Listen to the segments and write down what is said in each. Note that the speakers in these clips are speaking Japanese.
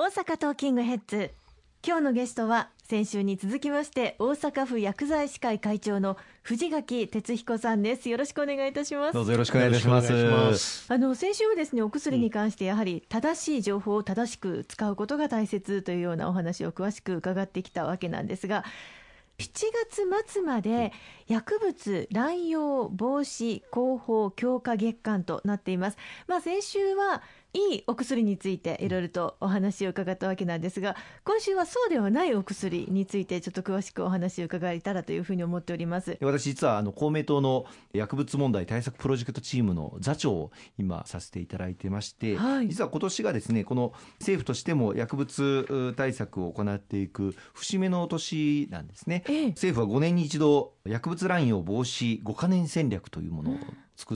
大阪トーキングヘッズ。今日のゲストは先週に続きまして大阪府薬剤師会会長の藤垣哲彦さんです。よろしくお願いいたします。 どうぞよろしくお願いいたします。 先週はですね、お薬に関してやはり正しい情報を正しく使うことが大切というようなお話を詳しく伺ってきたわけなんですが、7月末まで薬物乱用防止広報強化月間となっています。先週はいいお薬についていろいろとお話を伺ったわけなんですが、今週はそうではないお薬についてちょっと詳しくお話を伺えたらというふうに思っております。 私実は公明党の薬物問題対策プロジェクトチームの座長を今させていただいてまして、実は今年がですね、この政府としても薬物対策を行っていく節目の年なんですね。政府は5年に一度薬物乱用防止5カ年戦略というものを作って、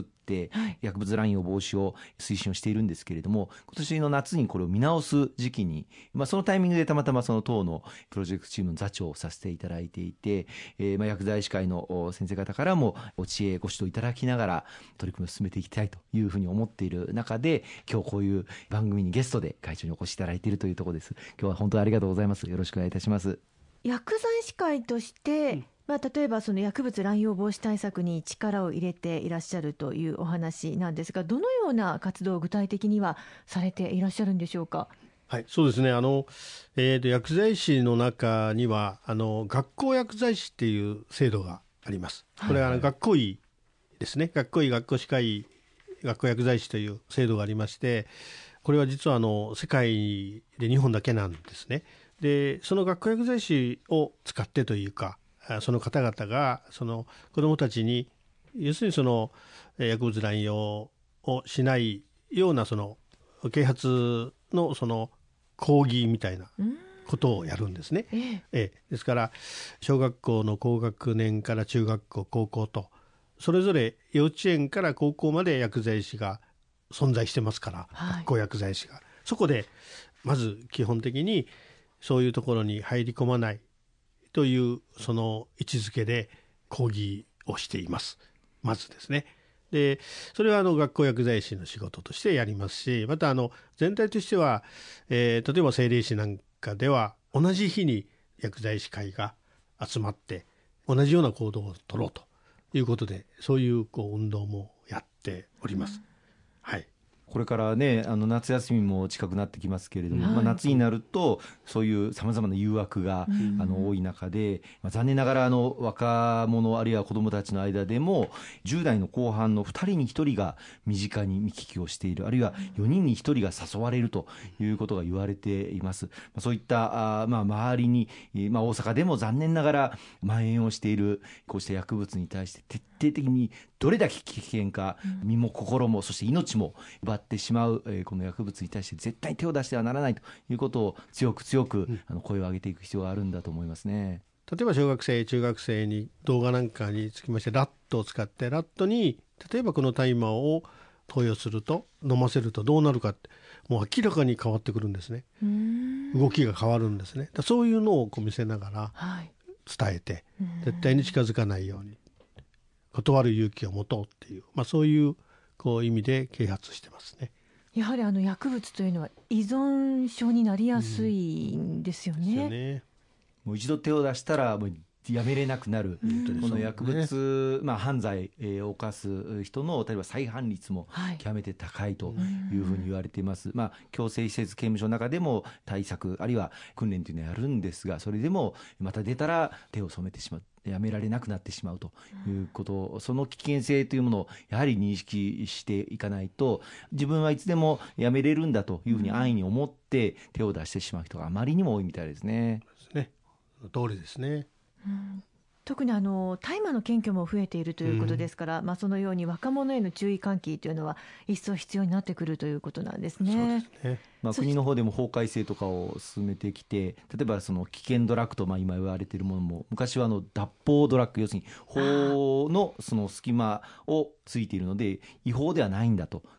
薬物乱用防止を推進をしているんですけれども、今年の夏にこれを見直す時期に、そのタイミングでたまたまその党のプロジェクトチームの座長をさせていただいていて、薬剤師会の先生方からもご知恵ご指導いただきながら取り組みを進めていきたいというふうに思っている中で、今日こういう番組にゲストで会長にお越しいただいているというところです。今日は本当にありがとうございます。よろしくお願いいたします。 薬剤師会として、例えばその薬物乱用防止対策に力を入れていらっしゃるというお話なんですが、どのような活動を具体的にはされていらっしゃるんでしょうか。 はい、そうですね。薬剤師の中には学校薬剤師っていう制度があります。これは学校医ですね。学校医、学校歯科医、学校薬剤師という制度がありまして、これは実は世界で日本だけなんですね。で、その学校薬剤師を使ってというか、その方々がその子どもたちに要するにその薬物乱用をしないようなその啓発のその講義みたいなことをやるんですね。ですから小学校の高学年から中学校高校とそれぞれ幼稚園から高校まで薬剤師が存在してますから、学校薬剤師がそこでまず基本的にそういうところに入り込まないというその位置づけで講義をしています。まずですね。で、それは学校薬剤師の仕事としてやりますし、また全体としては、例えば政令市なんかでは同じ日に薬剤師会が集まって同じような行動を取ろうということで、そういう運動もやっております。 これからね、夏休みも近くなってきますけれども、夏になるとそういうさまざまな誘惑が多い中で、残念ながら若者あるいは子どもたちの間でも10代の後半の2人に1人が身近に見聞きをしている、あるいは4人に1人が誘われるということが言われています。そういった周りに、大阪でも残念ながら蔓延をしているこうした薬物に対して徹底的にどれだけ危険か、身も心もそして命も奪ってしまうこの薬物に対して絶対に手を出してはならないということを強く声を上げていく必要があるんだと思いますね。 例えば小学生中学生に動画なんかにつきましてラットを使ってラットに例えばこの大麻を投与すると飲ませるとどうなるかってもう明らかに変わってくるんですね。動きが変わるんですね。そういうのを見せながら伝えて、絶対に近づかないように断る勇気を持とうっていう、そういう意味で啓発してますね。 やはり薬物というのは依存症になりやすいんですよね。 ですよね。 もう一度手を出したらもうやめれなくなる、この薬物、犯罪を犯す人の例えば再犯率も極めて高いというふうに言われています。強制施設刑務所の中でも対策あるいは訓練というのをやるんですが、それでもまた出たら手を染めてしまう、やめられなくなってしまうということ、その危険性というものをやはり認識していかないと、自分はいつでもやめれるんだというふうに安易に思って手を出してしまう人があまりにも多いみたいですね。 通りですね。 特に大麻の検挙も増えているということですから、そのように若者への注意喚起というのは一層必要になってくるということなんですね。 そうですね。 国の方でも法改正とかを進めてきて、例えばその危険ドラッグと今言われているものも、昔は脱法ドラッグ、要するに法のその隙間をついているので違法ではないんだと、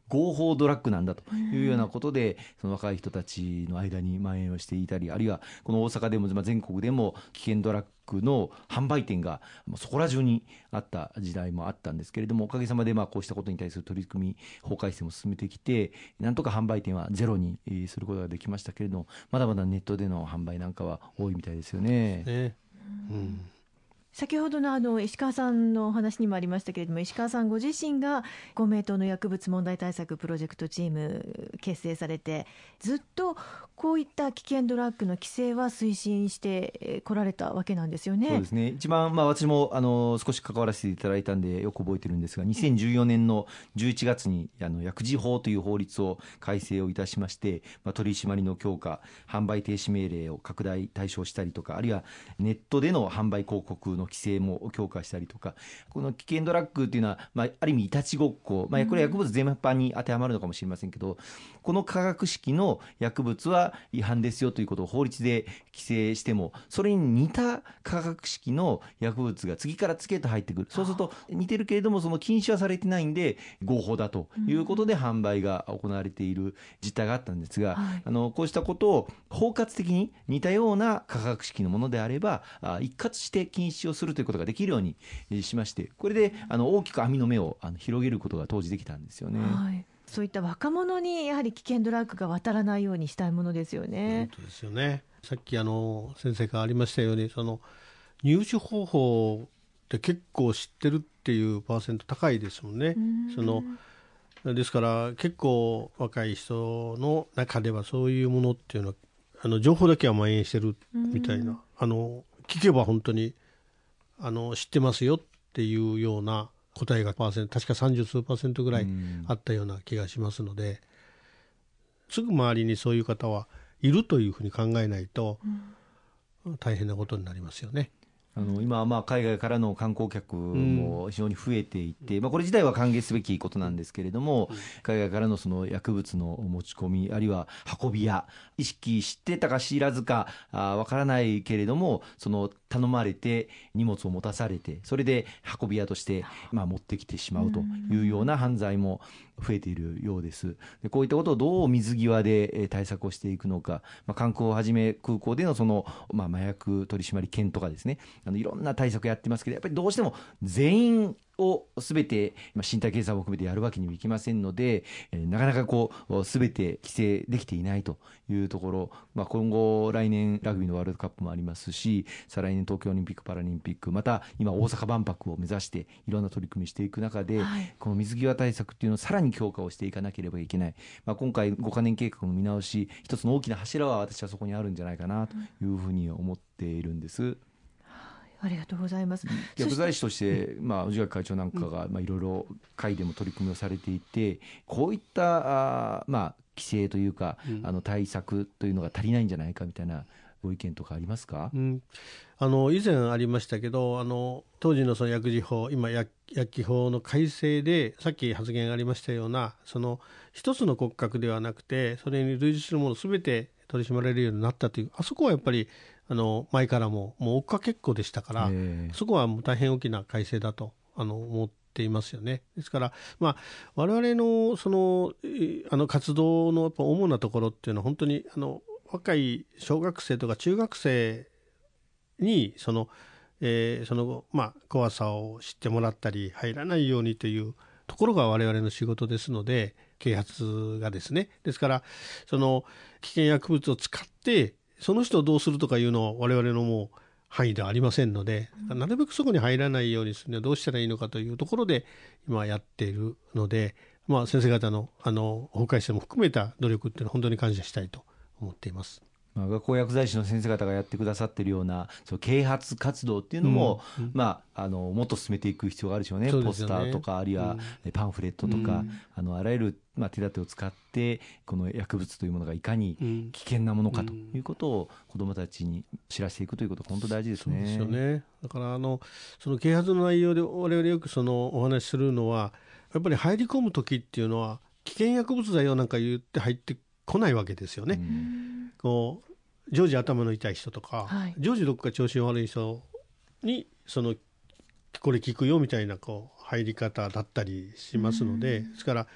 合法ドラッグなんだというようなことで、その若い人たちの間に蔓延をしていたり、あるいはこの大阪でも、全国でも危険ドラッグの販売店がそこら中にあった時代もあったんですけれども、おかげさまでこうしたことに対する取り組み、法改正も進めてきて、なんとか販売店はゼロにすることができましたけれども、まだまだネットでの販売なんかは多いみたいですよね。 先ほどの石川さんのお話にもありましたけれども、石川さんご自身が公明党の薬物問題対策プロジェクトチーム結成されて、ずっとこういった危険ドラッグの規制は推進してこられたわけなんですよね。 そうですね。一番、私も少し関わらせていただいたんでよく覚えてるんですが、2014年の11月に薬事法という法律を改正をいたしまして、取り締まりの強化、販売停止命令を拡大対象したりとか、あるいはネットでの販売広告の規制も強化したりとか、この危険ドラッグっていうのは、ある意味いたちごっこ、これは薬物全般に当てはまるのかもしれませんけど、この化学式の薬物は違反ですよということを法律で規制しても、それに似た化学式の薬物が次から次へと入ってくる。そうすると似てるけれどもその禁止はされてないんで合法だということで販売が行われている実態があったんですが、こうしたことを包括的に似たような化学式のものであれば一括して禁止をするということができるようにしまして、これで大きく網の目を広げることが当時できたんですよね。 そういった若者にやはり危険ドラッグが渡らないようにしたいものですよね。 本当ですよね。さっき先生からありましたように、その入手方法って結構知ってるっていうパーセント高いですもんね。ですから結構若い人の中ではそういうものっていうのは情報だけは蔓延してるみたいな、聞けば本当に知ってますよっていうような答えが確か30数%ぐらいあったような気がしますので、すぐ周りにそういう方はいるというふうに考えないと大変なことになりますよね。 今は海外からの観光客も非常に増えていて、これ自体は歓迎すべきことなんですけれども、海外からのその薬物の持ち込み、あるいは運び屋、意識してたか知らずかわからないけれども、その頼まれて荷物を持たされて、それで運び屋として持ってきてしまうというような犯罪も増えているようです。でこういったことをどう水際で対策をしていくのか、観光をはじめ空港でのその麻薬取締犬とかですね、いろんな対策やってますけど、やっぱりどうしても全員をすべて身体検査を含めてやるわけにもいきませんので、なかなかすべて規制できていないというところ、今後来年ラグビーのワールドカップもありますし、再来年東京オリンピック・パラリンピック、また今大阪万博を目指していろんな取り組みしていく中で、この水際対策っていうのをさらに強化をしていかなければいけない。今回5カ年計画の見直し、一つの大きな柱は私はそこにあるんじゃないかなというふうに思っているんです。 ありがとうございます。 薬剤師として、氏垣会長なんかがいろいろ会でも取り組みをされていて、こういった規制というか、対策というのが足りないんじゃないかみたいなご意見とかありますか？ 以前ありましたけど、当時のその薬事法、今薬機法の改正でさっき発言がありましたような、その一つの骨格ではなくてそれに類似するものすべて取り締まれるようになったという、あそこはやっぱり前からもう追っかけっこでしたから、そこはもう大変大きな改正だと思っていますよね。ですから、我々のその活動のやっぱ主なところっていうのは、本当に若い小学生とか中学生にその怖さを知ってもらったり入らないようにというところが我々の仕事ですので、啓発がですね。ですからその危険薬物を使ってその人をどうするとかいうのは我々のもう範囲ではありませんので、なるべくそこに入らないようにするにはどうしたらいいのかというところで今やっているので、先生方の法改正も含めた努力っていうのは本当に感謝したいと思っています。 学校薬剤師の先生方がやってくださっているようなその啓発活動っていうのも、もっと進めていく必要があるでしょうね。ポスターとか、あるいはパンフレットとか、あらゆる手立てを使ってこの薬物というものがいかに危険なものかということを子どもたちに知らせていくということが本当大事ですね。 そうですよね。だからその啓発の内容で我々よくお話しするのは、やっぱり入り込む時っていうのは危険薬物だよなんか言って入ってこないわけですよね。常時頭の痛い人とか、常時どこか調子の悪い人にこれ効くよみたいな入り方だったりしますので、ですから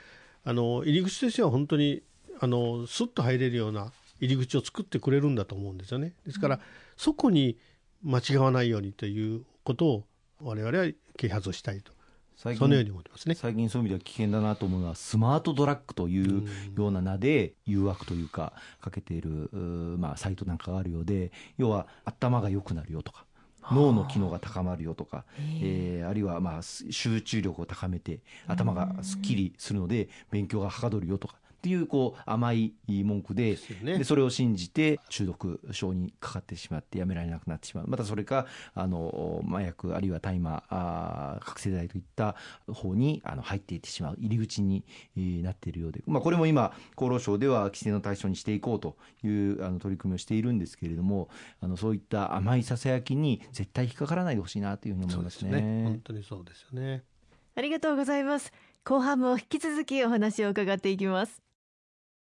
入り口としては本当にスッと入れるような入り口を作ってくれるんだと思うんですよね。ですから、そこに間違わないようにということを我々は啓発をしたいと、そのように思ってますね。 最近そういう意味では危険だなと思うのは、スマートドラッグというような名で誘惑というかかけているサイトなんかがあるようで、要は頭が良くなるよとか、脳の機能が高まるよとか、あるいは集中力を高めて頭がすっきりするので勉強がはかどるよとかっていう甘い文句で、でそれを信じて中毒症にかかってしまってやめられなくなってしまう。またそれか麻薬あるいは大麻覚醒剤といった方に入っていってしまう入り口になっているようで、これも今厚労省では規制の対象にしていこうという取り組みをしているんですけれども、そういった甘いささやきに絶対引っかからないでほしいなというふうに思いますね。 そうですね、本当にそうですよね。 ありがとうございます。後半も引き続きお話を伺っていきます。